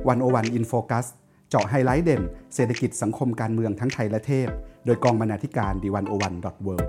101 in Focus เจาะไฮไลท์เด่นเศรษฐกิจสังคมการเมืองทั้งไทยและเทศโดยกองบรรณาธิการ The101.world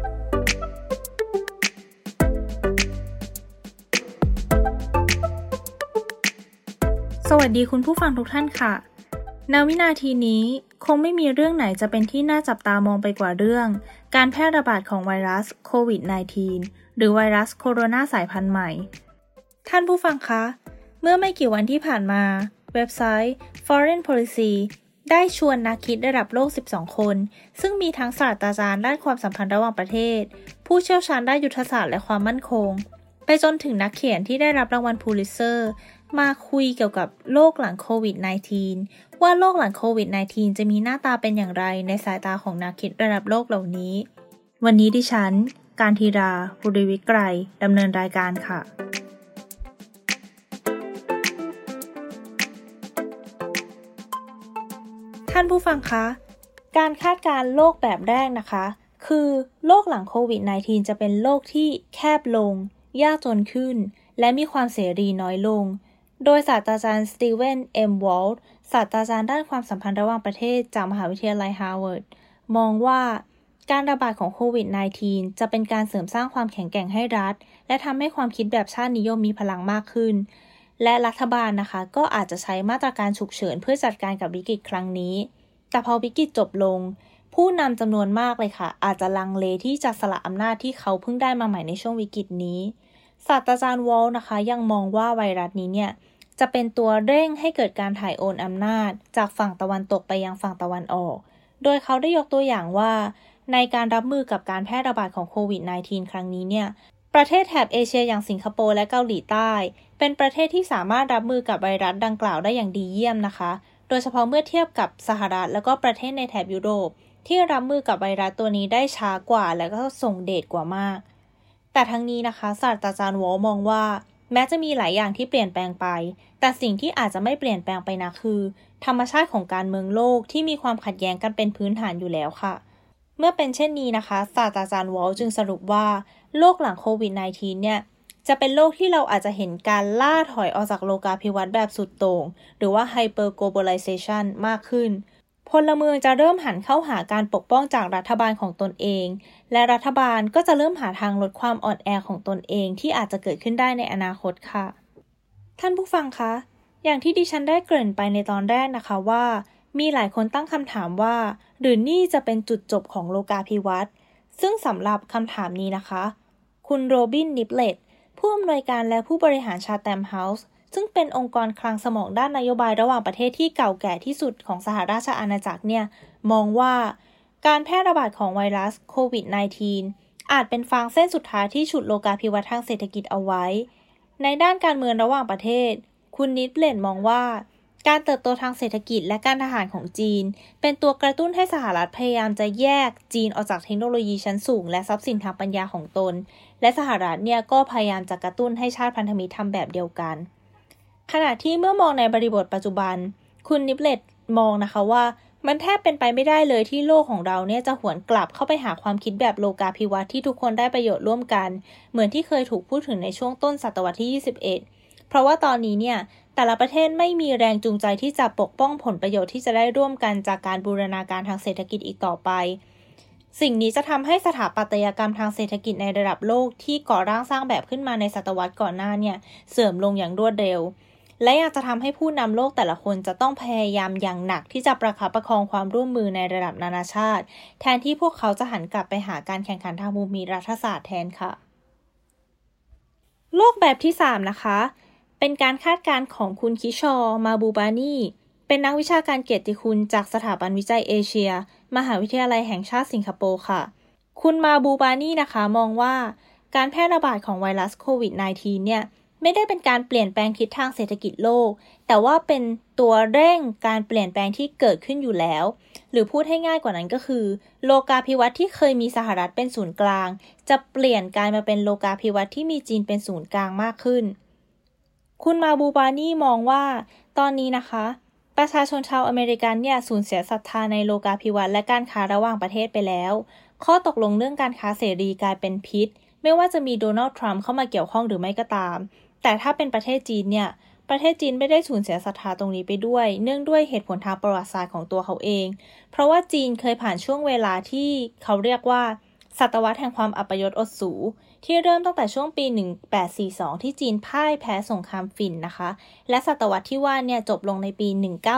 สวัสดีคุณผู้ฟังทุกท่านค่ะณวินาทีนี้คงไม่มีเรื่องไหนจะเป็นที่น่าจับตามองไปกว่าเรื่องการแพร่ระบาดของไวรัสโควิด -19 หรือไวรัสโคโรนาสายพันธุ์ใหม่ท่านผู้ฟังคะเมื่อไม่กี่วันที่ผ่านมาเว็บไซต์ Foreign Policy ได้ชวนนักคิดระดับโลก 12 คนซึ่งมีทั้งศาสตราจารย์ด้านความสัมพันธ์ระหว่างประเทศผู้เชี่ยวชาญด้านยุทธศาสตร์และความมั่นคงไปจนถึงนักเขียนที่ได้รับรางวัลพูลิตเซอร์มาคุยเกี่ยวกับโลกหลังโควิด -19 ว่าโลกหลังโควิด -19 จะมีหน้าตาเป็นอย่างไรในสายตาของนักคิดระดับโลกเหล่านี้วันนี้ดิฉันการธีรา บุริวิไกรดำเนินรายการค่ะท่านผู้ฟังคะการคาดการณ์โลกแบบแรกนะคะคือโลกหลังโควิด -19 จะเป็นโลกที่แคบลงยากจนขึ้นและมีความเสรีน้อยลงโดยศาสตราจารย์สตีเวน เอ็ม วอลต์ศาสตราจารย์ด้านความสัมพันธ์ระหว่างประเทศจากมหาวิทยาลัยฮาร์วาร์ดมองว่าการระบาดของโควิด -19 จะเป็นการเสริมสร้างความแข็งแกร่งให้รัฐและทำให้ความคิดแบบชาตินิยมมีพลังมากขึ้นและรัฐบาลนะคะก็อาจจะใช้มาตรการฉุกเฉินเพื่อจัดการกับวิกฤตครั้งนี้แต่พอวิกฤตจบลงผู้นำจำนวนมากเลยค่ะอาจจะลังเลที่จะสละอำนาจที่เขาเพิ่งได้มาใหม่ในช่วงวิกฤตนี้ศาสตราจารย์วอลต์นะคะยังมองว่าไวรัสนี้เนี่ยจะเป็นตัวเร่งให้เกิดการถ่ายโอนอำนาจจากฝั่งตะวันตกไปยังฝั่งตะวันออกโดยเขาได้ยกตัวอย่างว่าในการรับมือกับการแพร่ระบาดของโควิด -19 ครั้งนี้เนี่ยประเทศแถบเอเชียอย่างสิงคโปร์และเกาหลีใต้เป็นประเทศที่สามารถรับมือกับไวรัสดังกล่าวได้อย่างดีเยี่ยมนะคะโดยเฉพาะเมื่อเทียบกับสหรัฐและก็ประเทศในแถบยุโรปที่รับมือกับไวรัสตัวนี้ได้ช้ากว่าและก็ส่งเดชกว่ามากแต่ทั้งนี้นะคะศาสตราจารย์วอลมองว่าแม้จะมีหลายอย่างที่เปลี่ยนแปลงไปแต่สิ่งที่อาจจะไม่เปลี่ยนแปลงไปนะคือธรรมชาติของการเมืองโลกที่มีความขัดแย้งกันเป็นพื้นฐานอยู่แล้วค่ะเมื่อเป็นเช่นนี้นะคะศาสตราจารย์วอลจึงสรุปว่าโลกหลังโควิด -19 เนี่ยจะเป็นโลกที่เราอาจจะเห็นการล่าถอยออกจากโลกาภิวัตน์แบบสุดโต่งหรือว่า hyper globalization มากขึ้นพลเมืองจะเริ่มหันเข้าหาการปกป้องจากรัฐบาลของตนเองและรัฐบาลก็จะเริ่มหาทางลดความอ่อนแอของตนเองที่อาจจะเกิดขึ้นได้ในอนาคตค่ะท่านผู้ฟังคะอย่างที่ดิฉันได้เกริ่นไปในตอนแรกนะคะว่ามีหลายคนตั้งคำถามว่าหรือนี่จะเป็นจุดจบของโลกาภิวัตน์ซึ่งสำหรับคำถามนี้นะคะคุณโรบิน นิปเลตผู้อำนวยการและผู้บริหาร Chatham House ซึ่งเป็นองค์กรคลังสมองด้านนโยบายระหว่างประเทศที่เก่าแก่ที่สุดของสหราชอาณาจักรเนี่ยมองว่าการแพร่ระบาดของไวรัสโควิด -19 อาจเป็นฟางเส้นสุดท้ายที่ฉุดโลกาภิวัตน์ทางเศรษฐกิจเอาไว้ในด้านการเมืองระหว่างประเทศคุณนิปเลตมองว่าการเติบโตทางเศรษฐกิจและการทหารของจีนเป็นตัวกระตุ้นให้สหรัฐพยายามจะแยกจีนออกจากเทคโนโลยีชั้นสูงและทรัพย์สินทางปัญญาของตนและสหรัฐเนี่ยก็พยายามจะกระตุ้นให้ชาติพันธมิตรทำแบบเดียวกันขณะที่เมื่อมองในบริบทปัจจุบันคุณนิปเลตมองนะคะว่ามันแทบเป็นไปไม่ได้เลยที่โลกของเราเนี่ยจะหวนกลับเข้าไปหาความคิดแบบโลกาภิวัตน์ที่ทุกคนได้ประโยชน์ร่วมกันเหมือนที่เคยถูกพูดถึงในช่วงต้นศตวรรษที่ 21เพราะว่าตอนนี้เนี่ยแต่ละประเทศไม่มีแรงจูงใจที่จะปกป้องผลประโยชน์ที่จะได้ร่วมกันจากการบูรณาการทางเศรษฐกิจอีกต่อไปสิ่งนี้จะทำให้สถาปัตยกรรมทางเศรษฐกิจในระดับโลกที่ก่อร่างสร้างแบบขึ้นมาในศตวรรษก่อนหน้าเนี่ยเสื่อมลงอย่างรวดเร็วและยังจะทำให้ผู้นำโลกแต่ละคนจะต้องพยายามอย่างหนักที่จะประคับประคองความร่วมมือในระดับนานาชาติแทนที่พวกเขาจะหันกลับไปหาการแข่งขันทางภูมิรัฐศาสตร์แทนค่ะโลกแบบที่3นะคะเป็นการคาดการณ์ของคุณคิชอร์ มาบูบานีเป็นนักวิชาการเกียรติคุณจากสถาบันวิจัยเอเชียมหาวิทยาลัยแห่งชาติสิงคโปร์ค่ะคุณมาบูบานีนะคะมองว่าการแพร่ระบาดของไวรัสโควิด -19 เนี่ยไม่ได้เป็นการเปลี่ยนแปลงทิศทางเศรษฐกิจโลกแต่ว่าเป็นตัวเร่งการเปลี่ยนแปลงที่เกิดขึ้นอยู่แล้วหรือพูดให้ง่ายกว่านั้นก็คือโลกาภิวัตน์ที่เคยมีสหรัฐเป็นศูนย์กลางจะเปลี่ยนกลายมาเป็นโลกาภิวัตน์ที่มีจีนเป็นศูนย์กลางมากขึ้นคุณมาบูบานีมองว่าตอนนี้นะคะประชาชนชาวอเมริกันเนี่ยสูญเสียศรัทธาในโลกาภิวัตน์และการค้าระหว่างประเทศไปแล้วข้อตกลงเรื่องการค้าเสรีกลายเป็นพิษไม่ว่าจะมีโดนัลด์ทรัมป์เข้ามาเกี่ยวข้องหรือไม่ก็ตามแต่ถ้าเป็นประเทศจีนเนี่ยประเทศจีนไม่ได้สูญเสียศรัทธาตรงนี้ไปด้วยเนื่องด้วยเหตุผลทางประวัติศาสตร์ของตัวเขาเองเพราะว่าจีนเคยผ่านช่วงเวลาที่เขาเรียกว่าศตวรรษแห่งความอัปยศอดสูที่เริ่มตั้งแต่ช่วงปี 1842 ที่จีนพ่ายแพ้สงครามฝิ่นนะคะและศตวรรษที่ว่าเนี่ยจบลงในปี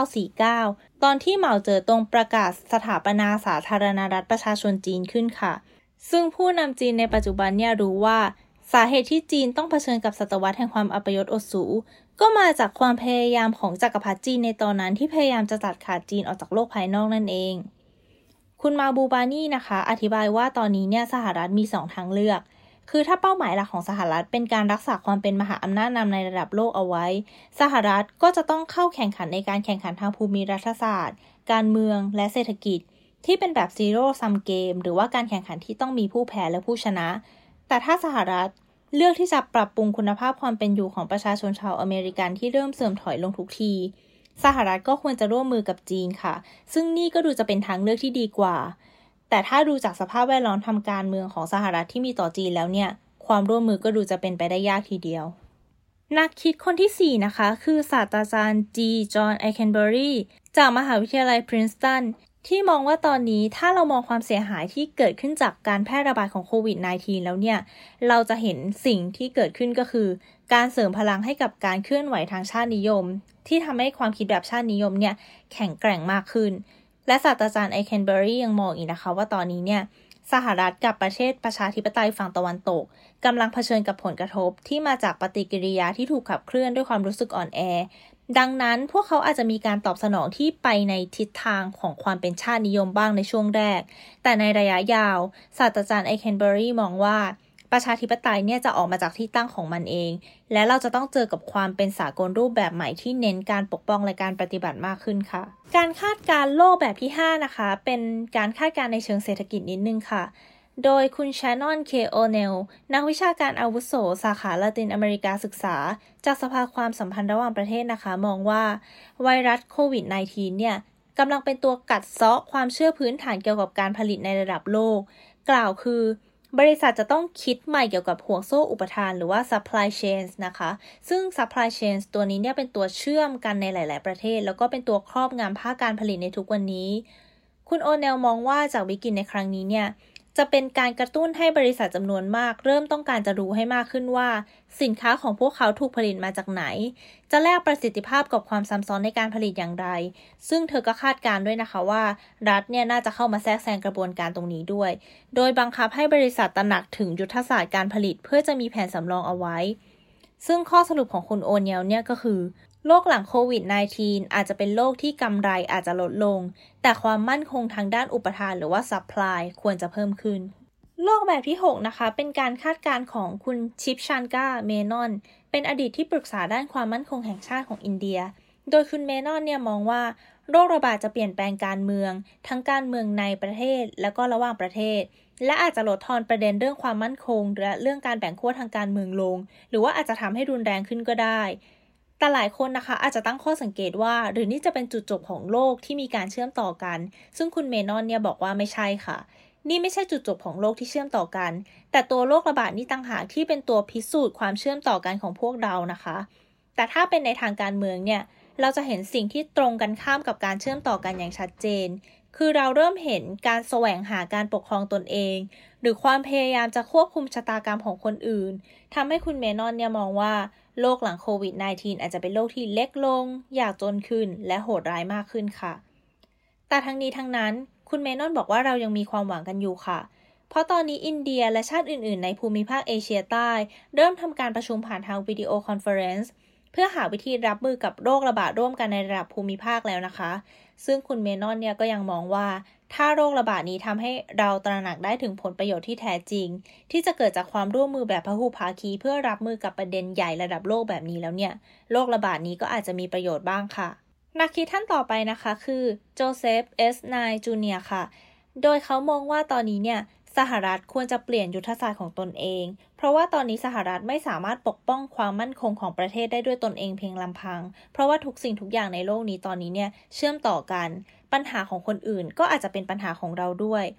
1949 ตอนที่เหมาเจ๋อตงประกาศสถาปนาสาธารณรัฐประชาชนจีนขึ้นค่ะซึ่งผู้นำจีนในปัจจุบันเนี่ยรู้ว่าสาเหตุที่จีนต้องเผชิญกับศตวรรษแห่งความอัปยศอดสูก็มาจากความพยายามของจักรพรรดิจีนในตอนนั้นที่พยายามจะตัดขาดจีนออกจากโลกภายนอกนั่นเองคุณมาบูบานี่นะคะอธิบายว่าตอนนี้เนี่ยสหรัฐมี2ทางเลือกคือถ้าเป้าหมายหลักของสหรัฐเป็นการรักษาความเป็นมหาอำนาจนำในระดับโลกเอาไว้สหรัฐก็จะต้องเข้าแข่งขันในการแข่งขันทางภูมิรัฐศาสตร์การเมืองและเศรษฐกิจที่เป็นแบบ zero sum game หรือว่าการแข่งขันที่ต้องมีผู้แพ้และผู้ชนะแต่ถ้าสหรัฐเลือกที่จะปรับปรุงคุณภาพความเป็นอยู่ของประชาชนชาวอเมริกันที่เริ่มเสื่อมถอยลงทุกทีสหรัฐก็ควรจะร่วมมือกับจีนค่ะซึ่งนี่ก็ดูจะเป็นทางเลือกที่ดีกว่าแต่ถ้าดูจากสภาพแวดล้อมทางการเมืองของสหรัฐที่มีต่อจีนแล้วเนี่ยความร่วมมือก็ดูจะเป็นไปได้ยากทีเดียวนักคิดคนที่4นะคะคือศาสตราจารย์จีจอห์นไอเคนเบอรีจากมหาวิทยาลัยพรินสตันที่มองว่าตอนนี้ถ้าเรามองความเสียหายที่เกิดขึ้นจากการแพร่ระบาดของโควิด -19 แล้วเนี่ยเราจะเห็นสิ่งที่เกิดขึ้นก็คือการเสริมพลังให้กับการเคลื่อนไหวทางชาตินิยมที่ทำให้ความคิดแบบชาตินิยมเนี่ยแข็งแกร่งมากขึ้นและศาสตราจารย์ไอเคนเบอรียังมองอีกนะคะว่าตอนนี้เนี่ยสหรัฐกับประเทศประชาธิปไตยฝั่งตะวันตกกำลังเผชิญกับผลกระทบที่มาจากปฏิกิริยาที่ถูกขับเคลื่อนด้วยความรู้สึกอ่อนแอดังนั้นพวกเขาอาจจะมีการตอบสนองที่ไปในทิศทางของความเป็นชาตินิยมบ้างในช่วงแรกแต่ในระยะยาวศาสตราจารย์ไอเคนเบอรีมองว่าประชาธิปไตยเนี่ยจะออกมาจากที่ตั้งของมันเองและเราจะต้องเจอกับความเป็นสากลรูปแบบใหม่ที่เน้นการปกป้องและการปฏิบัติมากขึ้นค่ะการคาดการณ์โลกแบบที่5นะคะเป็นการคาดการณ์ในเชิงเศรษฐกิจนิดนึงค่ะโดยคุณแชนนอน เค โอเนลนักวิชาการอาวุโสสาขาละตินอเมริกาศึกษาจากสภาความสัมพันธ์ระหว่างประเทศนะคะมองว่าไวรัสโควิด -19 เนี่ยกำลังเป็นตัวกัดเซาะความเชื่อพื้นฐานเกี่ยวกับการผลิตในระดับโลกกล่าวคือบริษัทจะต้องคิดใหม่เกี่ยวกับห่วงโซ่อุปทานหรือว่า supply chains นะคะซึ่ง supply chains ตัวนี้เนี่ยเป็นตัวเชื่อมกันในหลายๆประเทศแล้วก็เป็นตัวครอบงำภาคการผลิตในทุกวันนี้คุณโอเนลมองว่าจากวิกฤตในครั้งนี้เนี่ยจะเป็นการกระตุ้นให้บริษัทจำนวนมากเริ่มต้องการจะรู้ให้มากขึ้นว่าสินค้าของพวกเขาถูกผลิตมาจากไหนจะแลกประสิทธิภาพกับความซับซ้อนในการผลิตอย่างไรซึ่งเธอก็คาดการณ์ด้วยนะคะว่ารัฐเนี่ยน่าจะเข้ามาแทรกแซงกระบวนการตรงนี้ด้วยโดยบังคับให้บริษัทตระหนักถึงยุทธศาสตร์การผลิตเพื่อจะมีแผนสำรองเอาไว้ซึ่งข้อสรุปของคุณโอเนลเนี่ยก็คือโลกหลังโควิด -19 อาจจะเป็นโลกที่กำไรอาจจะลดลงแต่ความมั่นคงทางด้านอุปทานหรือว่า supply ควรจะเพิ่มขึ้นโลกแบบที่6นะคะเป็นการคาดการณ์ของคุณชิปชันกาเมนอนเป็นอดีตที่ปรึกษาด้านความมั่นคงแห่งชาติของอินเดียโดยคุณเมนอนเนี่ยมองว่าโรคระบาดจะเปลี่ยนแปลงการเมืองทั้งการเมืองในประเทศและก็ระหว่างประเทศและอาจจะลดทอนประเด็นเรื่องความมั่นคงและเรื่องการแบ่งขั้วทางการเมืองลงหรือว่าอาจจะทำให้รุนแรงขึ้นก็ได้แต่หลายคนนะคะอาจจะตั้งข้อสังเกตว่าหรือนี่จะเป็นจุดจบของโลกที่มีการเชื่อมต่อกันซึ่งคุณเมนอนเนี่ยบอกว่าไม่ใช่ค่ะนี่ไม่ใช่จุดจบของโลกที่เชื่อมต่อกันแต่ตัวโรคระบาดนี่ต่างหากที่เป็นตัวพิสูจน์ความเชื่อมต่อกันของพวกเรานะคะแต่ถ้าเป็นในทางการเมืองเนี่ยเราจะเห็นสิ่งที่ตรงกันข้ามกับการเชื่อมต่อกันอย่างชัดเจนคือเราเริ่มเห็นการแสวงหาการปกครองตนเองหรือความพยายามจะควบคุมชะตากรรมของคนอื่นทำให้คุณเมนอนเนี่ยมองว่าโลกหลังโควิด -19 อาจจะเป็นโลกที่เล็กลงยากจนขึ้นและโหดร้ายมากขึ้นค่ะแต่ทั้งนี้ทั้งนั้นคุณเมนอนบอกว่าเรายังมีความหวังกันอยู่ค่ะเพราะตอนนี้อินเดียและชาติอื่นๆในภูมิภาคเอเชียใต้เริ่มทำการประชุมผ่านทางวิดีโอคอนเฟอเรนซ์เพื่อหาวิธีรับมือกับโรคระบาดร่วมกันในระดับภูมิภาคแล้วนะคะซึ่งคุณเมนอนเนี่ยก็ยังมองว่าถ้าโรคระบาดนี้ทำให้เราตระหนักได้ถึงผลประโยชน์ที่แท้จริงที่จะเกิดจากความร่วมมือแบบพหุภาคีเพื่อรับมือกับประเด็นใหญ่ระดับโลกแบบนี้แล้วเนี่ยโรคระบาดนี้ก็อาจจะมีประโยชน์บ้างค่ะนักคิดท่านต่อไปนะคะคือโจเซฟ เอส ไนน์ จูเนียร์ค่ะโดยเขามองว่าตอนนี้เนี่ยสหรัฐควรจะเปลี่ยนยุทธศาสตร์ของตนเองเพราะว่าตอนนี้สหรัฐไม่สามารถปกป้องความมั่นคงของประเทศได้ด้วยตนเองเพียงลำพังเพราะว่าทุกสิ่งทุกอย่างในโลกนี้ตอนนี้เนี่ยเชื่อมต่อกันปัญหาของคนอื่นก็อาจจะเป็นปัญหาของเราด้วย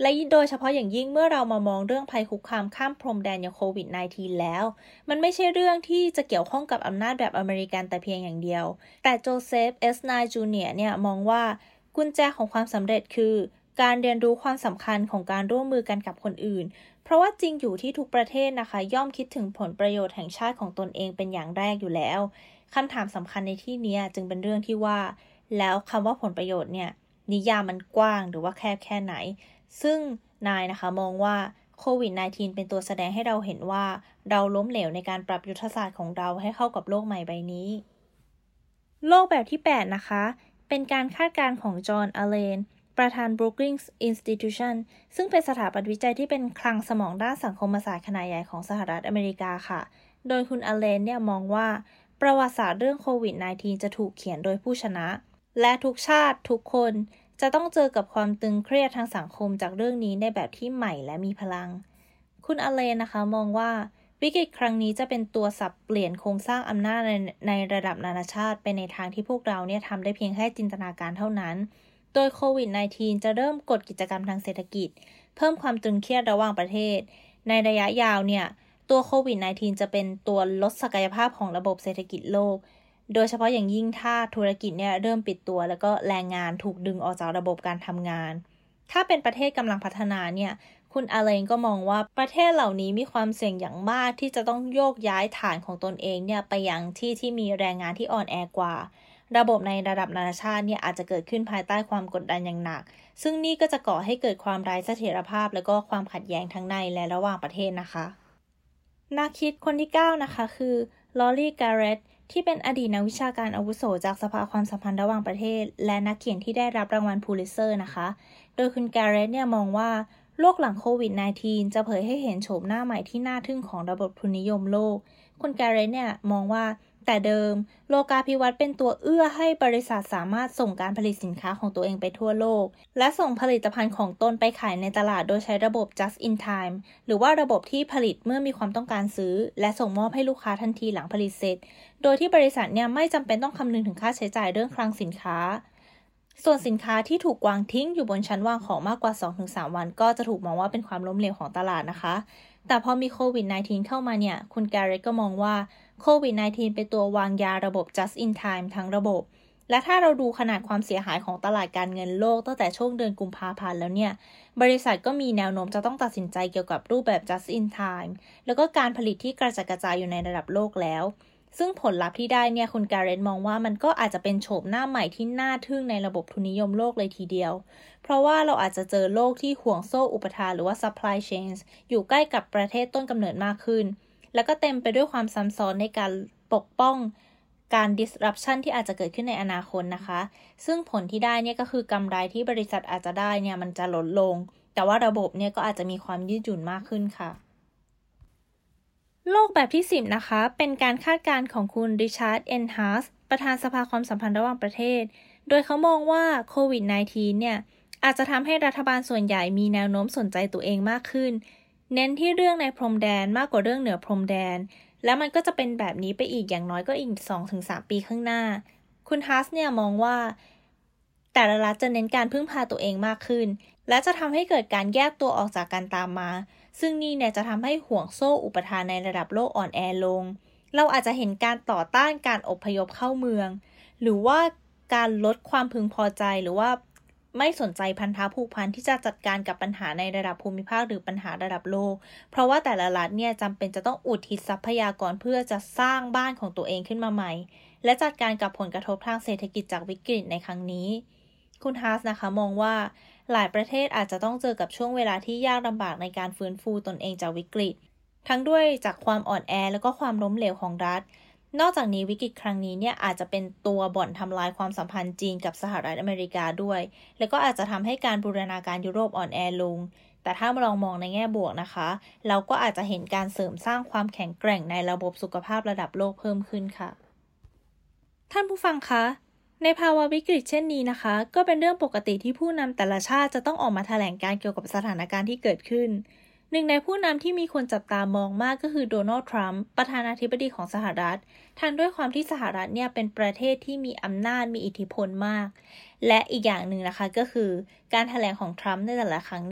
และโดยเฉพาะอย่างยิ่งเมื่อเรามามองเรื่องภัยคุกคามข้ามพรมแดนอย่างโควิด -19 แล้วมันไม่ใช่เรื่องที่จะเกี่ยวข้องกับอำนาจแบบอเมริกันแต่เพียงอย่างเดียวแต่โจเซฟ เอส ไนน์ จูเนียร์เนี่ยมองว่ากุญแจของความสำเร็จคือการเรียนรู้ความสำคัญของการร่วมมือกันกับคนอื่นเพราะว่าจริงอยู่ที่ทุกประเทศนะคะย่อมคิดถึงผลประโยชน์แห่งชาติของตนเองเป็นอย่างแรกอยู่แล้วคำถามสำคัญในที่นี้จึงเป็นเรื่องที่ว่าแล้วคำว่าผลประโยชน์เนี่ยนิยามมันกว้างหรือว่าแคบแค่ไหนซึ่งนายนะคะมองว่าโควิด -19 เป็นตัวแสดงให้เราเห็นว่าเราล้มเหลวในการปรับยุทธศาสตร์ของเราให้เข้ากับโลกใหม่ใบนี้โลกแบบที่ 8 นะคะเป็นการคาดการณ์ของจอห์น อเลนประธาน Brookings Institution ซึ่งเป็นสถาบันวิจัยที่เป็นคลังสมองด้านสังคมศาสตร์ขนาดใหญ่ของสหรัฐอเมริกาค่ะโดยคุณอเลนเนี่ยมองว่าประวัติศาสตร์เรื่องโควิด -19 จะถูกเขียนโดยผู้ชนะและทุกชาติทุกคนจะต้องเจอกับความตึงเครียดทางสังคมจากเรื่องนี้ในแบบที่ใหม่และมีพลังคุณอเลนนะคะมองว่าวิกฤตครั้งนี้จะเป็นตัวสับเปลี่ยนโครงสร้างอำนาจในระดับนานาชาติไปในทางที่พวกเราเนี่ยทำได้เพียงแค่จินตนาการเท่านั้นโดยโควิด -19 จะเริ่มกดกิจกรรมทางเศรษฐกิจเพิ่มความตึงเครียดระหว่างประเทศในระยะยาวเนี่ยตัวโควิด -19 จะเป็นตัวลดศักยภาพของระบบเศรษฐกิจโลกโดยเฉพาะอย่างยิ่งถ้าธุรกิจเนี่ยเริ่มปิดตัวแล้วก็แรงงานถูกดึงออกจากระบบการทำงานถ้าเป็นประเทศกำลังพัฒนาเนี่ยคุณอเลนก็มองว่าประเทศเหล่านี้มีความเสี่ยงอย่างมากที่จะต้องโยกย้ายฐานของตนเองเนี่ยไปยังที่มีแรงงานที่อ่อนแอกว่าระบบในระดับนานาชาติเนี่ยอาจจะเกิดขึ้นภายใต้ความกดดันอย่างหนักซึ่งนี่ก็จะก่อให้เกิดความไร้เสถียรภาพและก็ความขัดแย้งทั้งในและระหว่างประเทศนะคะนักคิดคนที่ 9 นะคะคือลอรี การ์เร็ตที่เป็นอดีตนักวิชาการอาวุโสจากสภาความสัมพันธ์ระหว่างประเทศและนักเขียนที่ได้รับรางวัลพูลิตเซอร์นะคะโดยคุณการ์เร็ตเนี่ยมองว่าโลกหลังโควิด -19 จะเผยให้เห็นโฉมหน้าใหม่ที่น่าทึ่งของระบบทุนนิยมโลกคุณการ์เร็ตเนี่ยมองว่าแต่เดิมโลกาภิวัตน์เป็นตัวเอื้อให้บริษัทสามารถส่งการผลิตสินค้าของตัวเองไปทั่วโลกและส่งผลิตภัณฑ์ของตนไปขายในตลาดโดยใช้ระบบ just in time หรือว่าระบบที่ผลิตเมื่อมีความต้องการซื้อและส่งมอบให้ลูกค้าทันทีหลังผลิตเสร็จโดยที่บริษัทเนี่ยไม่จำเป็นต้องคำนึงถึงค่าใช้จ่ายเรื่องคลังสินค้าส่วนสินค้าที่ถูกวางทิ้งอยู่บนชั้นวางของมากกว่า 2-3 วันก็จะถูกมองว่าเป็นความล้มเหลวของตลาดนะคะแต่พอมีโควิด -19 เข้ามาเนี่ยคุณการ์เร็ตก็มองว่าโควิด -19 เป็นตัววางยาระบบ just in time ทั้งระบบและถ้าเราดูขนาดความเสียหายของตลาดการเงินโลกตั้งแต่ช่วงเดือนกุมภาพันธ์แล้วเนี่ยบริษัทก็มีแนวโน้มจะต้องตัดสินใจเกี่ยวกับรูปแบบ just in time แล้วก็การผลิตที่กระจัดกระจายอยู่ในระดับโลกแล้วซึ่งผลลัพธ์ที่ได้เนี่ยคุณการ์เร็ตมองว่ามันก็อาจจะเป็นโฉมหน้าใหม่ที่น่าทึ่งในระบบทุนนิยมโลกเลยทีเดียวเพราะว่าเราอาจจะเจอโลกที่ห่วงโซ่อุปทานหรือว่า supply chains อยู่ใกล้กับประเทศต้นกำเนิดมากขึ้นแล้วก็เต็มไปด้วยความซ้ำซ้อนในการปกป้องการ disruption ที่อาจจะเกิดขึ้นในอนาคตนะคะซึ่งผลที่ได้เนี่ยก็คือกำไรที่บริษัทอาจจะได้เนี่ยมันจะลดลงแต่ว่าระบบเนี่ยก็อาจจะมีความยืดหยุ่นมากขึ้นค่ะโลกแบบที่ 10 นะคะเป็นการคาดการณ์ของคุณริชาร์ด เอ็น ฮาสประธานสภาความสัมพันธ์ระหว่างประเทศโดยเขามองว่าโควิด -19 เนี่ยอาจจะทำให้รัฐบาลส่วนใหญ่มีแนวโน้มสนใจตัวเองมากขึ้นเน้นที่เรื่องในพรมแดนมากกว่าเรื่องเหนือพรมแดนแล้วมันก็จะเป็นแบบนี้ไปอีกอย่างน้อยก็อีก 2-3 ปีข้างหน้าคุณฮาสเนี่ยมองว่าแต่ละรัฐจะเน้นการพึ่งพาตัวเองมากขึ้นและจะทำให้เกิดการแยกตัวออกจากกันตามมาซึ่งนี่เนี่ยจะทำให้ห่วงโซ่อุปทานในระดับโลกอ่อนแอลงเราอาจจะเห็นการต่อต้านการอพยพเข้าเมืองหรือว่าการลดความพึงพอใจหรือว่าไม่สนใจพันธะผูกพันที่จะจัดการกับปัญหาในระดับภูมิภาคหรือปัญหาระดับโลกเพราะว่าแต่ละรัฐเนี่ยจำเป็นจะต้องอุทิศทรัพยากรเพื่อจะสร้างบ้านของตัวเองขึ้นมาใหม่และจัดการกับผลกระทบทางเศรษฐกิจจากวิกฤตในครั้งนี้คุณฮาสนะคะมองว่าหลายประเทศอาจจะต้องเจอกับช่วงเวลาที่ยากลำบากในการฟื้นฟูตนเองจากวิกฤตทั้งด้วยจากความอ่อนแอและก็ความล้มเหลวของรัฐนอกจากนี้วิกฤตครั้งนี้เนี่ยอาจจะเป็นตัวบ่อนทำลายความสัมพันธ์จีนกับสหรัฐอเมริกาด้วยและก็อาจจะทำให้การบูรณาการยุโรปอ่อนแอลงแต่ถ้าลองมองในแง่บวกนะคะเราก็อาจจะเห็นการเสริมสร้างความแข็งแกร่งในระบบสุขภาพระดับโลกเพิ่มขึ้นค่ะท่านผู้ฟังคะในภาวะวิกฤตเช่นนี้นะคะก็เป็นเรื่องปกติที่ผู้นำแต่ละชาติจะต้องออกมาแถลงการเกี่ยวกับสถานการณ์ที่เกิดขึ้นหนึ่งในผู้นำที่มีคนจับตามองมากก็คือโดนัลด์ทรัมป์ประธานาธิบดีของสหรัฐทั้งด้วยความที่สหรัฐเนี่ยเป็นประเทศที่มีอำนาจมีอิทธิพลมากและอีกอย่างหนึ่งนะคะก็คือการแถลงของทรัมป์ในแต่ละครั้งเนี่ยก็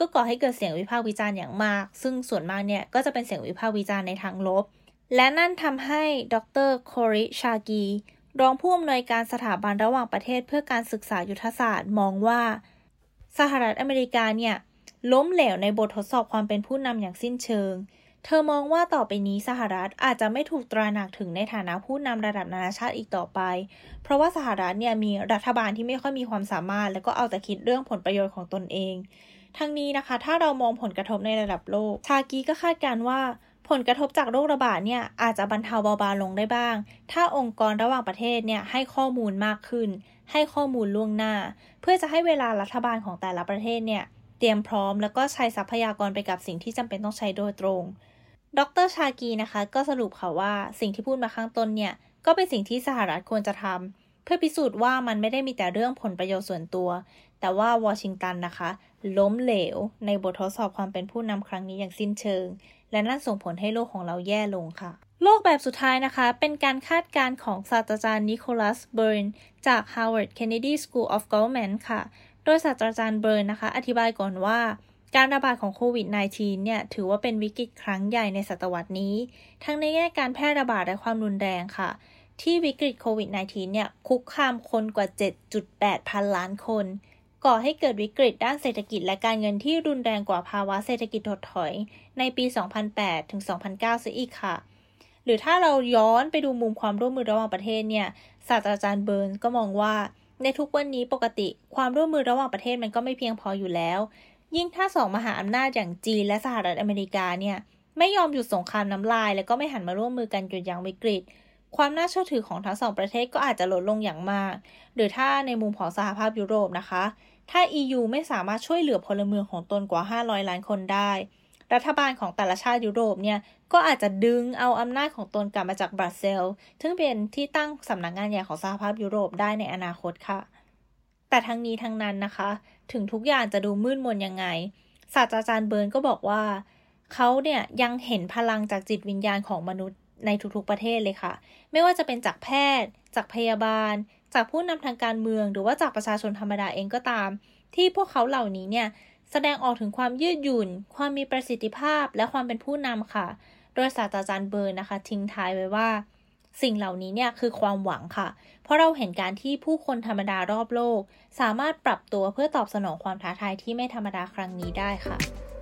ก็ก่อให้เกิดเสียงวิพากษ์วิจารณ์อย่างมากซึ่งส่วนมากเนี่ยก็จะเป็นเสียงวิพากษ์วิจารณ์ในทางลบและนั่นทำให้ดร.โคริ ชากีรองผู้อำนวยการสถาบันระหว่างประเทศเพื่อการศึกษายุทธศาสตร์มองว่าสหรัฐอเมริกาเนี่ยล้มเหลวในบททดสอบความเป็นผู้นำอย่างสิ้นเชิงเธอมองว่าต่อไปนี้สหรัฐอาจจะไม่ถูกตราหนักถึงในฐานะผู้นำระดับนานาชาติอีกต่อไปเพราะว่าสหรัฐเนี่ยมีรัฐบาลที่ไม่ค่อยมีความสามารถและก็เอาแต่คิดเรื่องผลประโยชน์ของตนเองทั้งนี้นะคะถ้าเรามองผลกระทบในระดับโลกชากีก็คาดการณ์ว่าผลกระทบจากโรคระบาดเนี่ยอาจจะบรรเทาเบาบางลงได้บ้างถ้าองค์กรระหว่างประเทศเนี่ยให้ข้อมูลมากขึ้นให้ข้อมูลล่วงหน้าเพื่อจะให้เวลารัฐบาลของแต่ละประเทศเนี่ยเตรียมพร้อมแล้วก็ใช้ทรัพยากรไปกับสิ่งที่จำเป็นต้องใช้โดยตรงดร.ชากีนะคะก็สรุปค่ะว่าสิ่งที่พูดมาข้างต้นเนี่ยก็เป็นสิ่งที่สหรัฐควรจะทำเพื่อพิสูจน์ว่ามันไม่ได้มีแต่เรื่องผลประโยชน์ส่วนตัวแต่ว่าวอชิงตันนะคะล้มเหลวในบททดสอบความเป็นผู้นำครั้งนี้อย่างสิ้นเชิงและนั่นส่งผลให้โลกของเราแย่ลงค่ะโลกแบบสุดท้ายนะคะเป็นการคาดการณ์ของศาสตราจารย์นิโคลัส เบิร์นจาก Harvard Kennedy School of Government ค่ะโดยศาสตราจารย์เบิร์นนะคะอธิบายก่อนว่าการระบาดของโควิด -19 เนี่ยถือว่าเป็นวิกฤตครั้งใหญ่ในศตวรรษนี้ทั้งในแง่การแพร่ระบาดและความรุนแรงค่ะที่วิกฤตโควิด -19 เนี่ยคุกคามคนกว่า 7.8 พันล้านคนก่อให้เกิดวิกฤตด้านเศรษฐกิจและการเงินที่รุนแรงกว่าภาวะเศรษฐกิจถดถอยในปี 2008 ถึง 2009 ซะอีกค่ะหรือถ้าเราย้อนไปดูมุมความร่วมมือระหว่างประเทศเนี่ยศาสตราจารย์เบิร์นก็มองว่าในทุกวันนี้ปกติความร่วมมือระหว่างประเทศมันก็ไม่เพียงพออยู่แล้วยิ่งถ้าสองมหาอำนาจอย่างจีนและสหรัฐอเมริกาเนี่ยไม่ยอมหยุดสงครามน้ำลายและก็ไม่หันมาร่วมมือกันหยุดยั้งวิกฤตความน่าเชื่อถือของทั้งสองประเทศก็อาจจะลดลงอย่างมากหรือถ้าในมุมของสหภาพยุโรปนะคะถ้า EU ไม่สามารถช่วยเหลือพลเมืองของตนกว่า500ล้านคนได้รัฐบาลของแต่ละชาติยุโรปเนี่ยก็อาจจะดึงเอาอำนาจของตนกลับมาจากบรัสเซลส์ซึ่งเป็นที่ตั้งสำนักงานใหญ่ของสหภาพยุโรปได้ในอนาคตค่ะแต่ทั้งนี้ทั้งนั้นนะคะถึงทุกอย่างจะดูมืดมนยังไงศาสตราจารย์เบิร์นก็บอกว่าเขาเนี่ยยังเห็นพลังจากจิตวิญญาณของมนุษย์ในทุกๆประเทศเลยค่ะไม่ว่าจะเป็นจากแพทย์จากพยาบาลจากผู้นำทางการเมืองหรือว่าจากประชาชนธรรมดาเองก็ตามที่พวกเขาเหล่านี้เนี่ยแสดงออกถึงความยืดหยุ่นความมีประสิทธิภาพและความเป็นผู้นำค่ะโดยศาสตราจารย์เบิร์นนะคะทิ้งท้ายไว้ว่าสิ่งเหล่านี้เนี่ยคือความหวังค่ะเพราะเราเห็นการที่ผู้คนธรรมดารอบโลกสามารถปรับตัวเพื่อตอบสนองความท้าทายที่ไม่ธรรมดาครั้งนี้ได้ค่ะ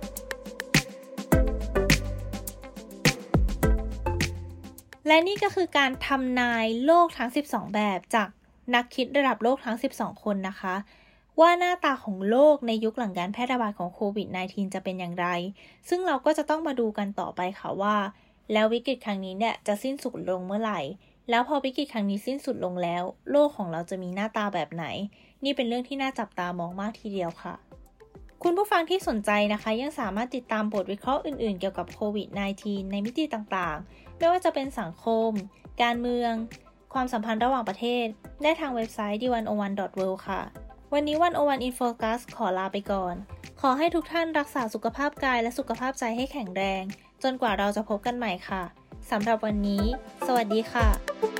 และนี่ก็คือการทำนายโลกทั้ง12แบบจากนักคิดระดับโลกทั้ง12คนนะคะว่าหน้าตาของโลกในยุคหลังการแพร่ระบาดของโควิด -19 จะเป็นอย่างไรซึ่งเราก็จะต้องมาดูกันต่อไปค่ะว่าแล้ววิกฤตครั้งนี้เนี่ยจะสิ้นสุดลงเมื่อไหร่แล้วพอวิกฤตครั้งนี้สิ้นสุดลงแล้วโลกของเราจะมีหน้าตาแบบไหนนี่เป็นเรื่องที่น่าจับตามองมากทีเดียวค่ะคุณผู้ฟังที่สนใจนะคะยังสามารถติดตามบทวิเคราะห์อื่นๆเกี่ยวกับโควิด -19 ในมิติต่างๆไม่ว่าจะเป็นสังคมการเมืองความสัมพันธ์ระหว่างประเทศได้ทางเว็บไซต์ d101.world ค่ะวันนี้101 In Focus ขอลาไปก่อนขอให้ทุกท่านรักษาสุขภาพกายและสุขภาพใจให้แข็งแรงจนกว่าเราจะพบกันใหม่ค่ะสำหรับวันนี้สวัสดีค่ะ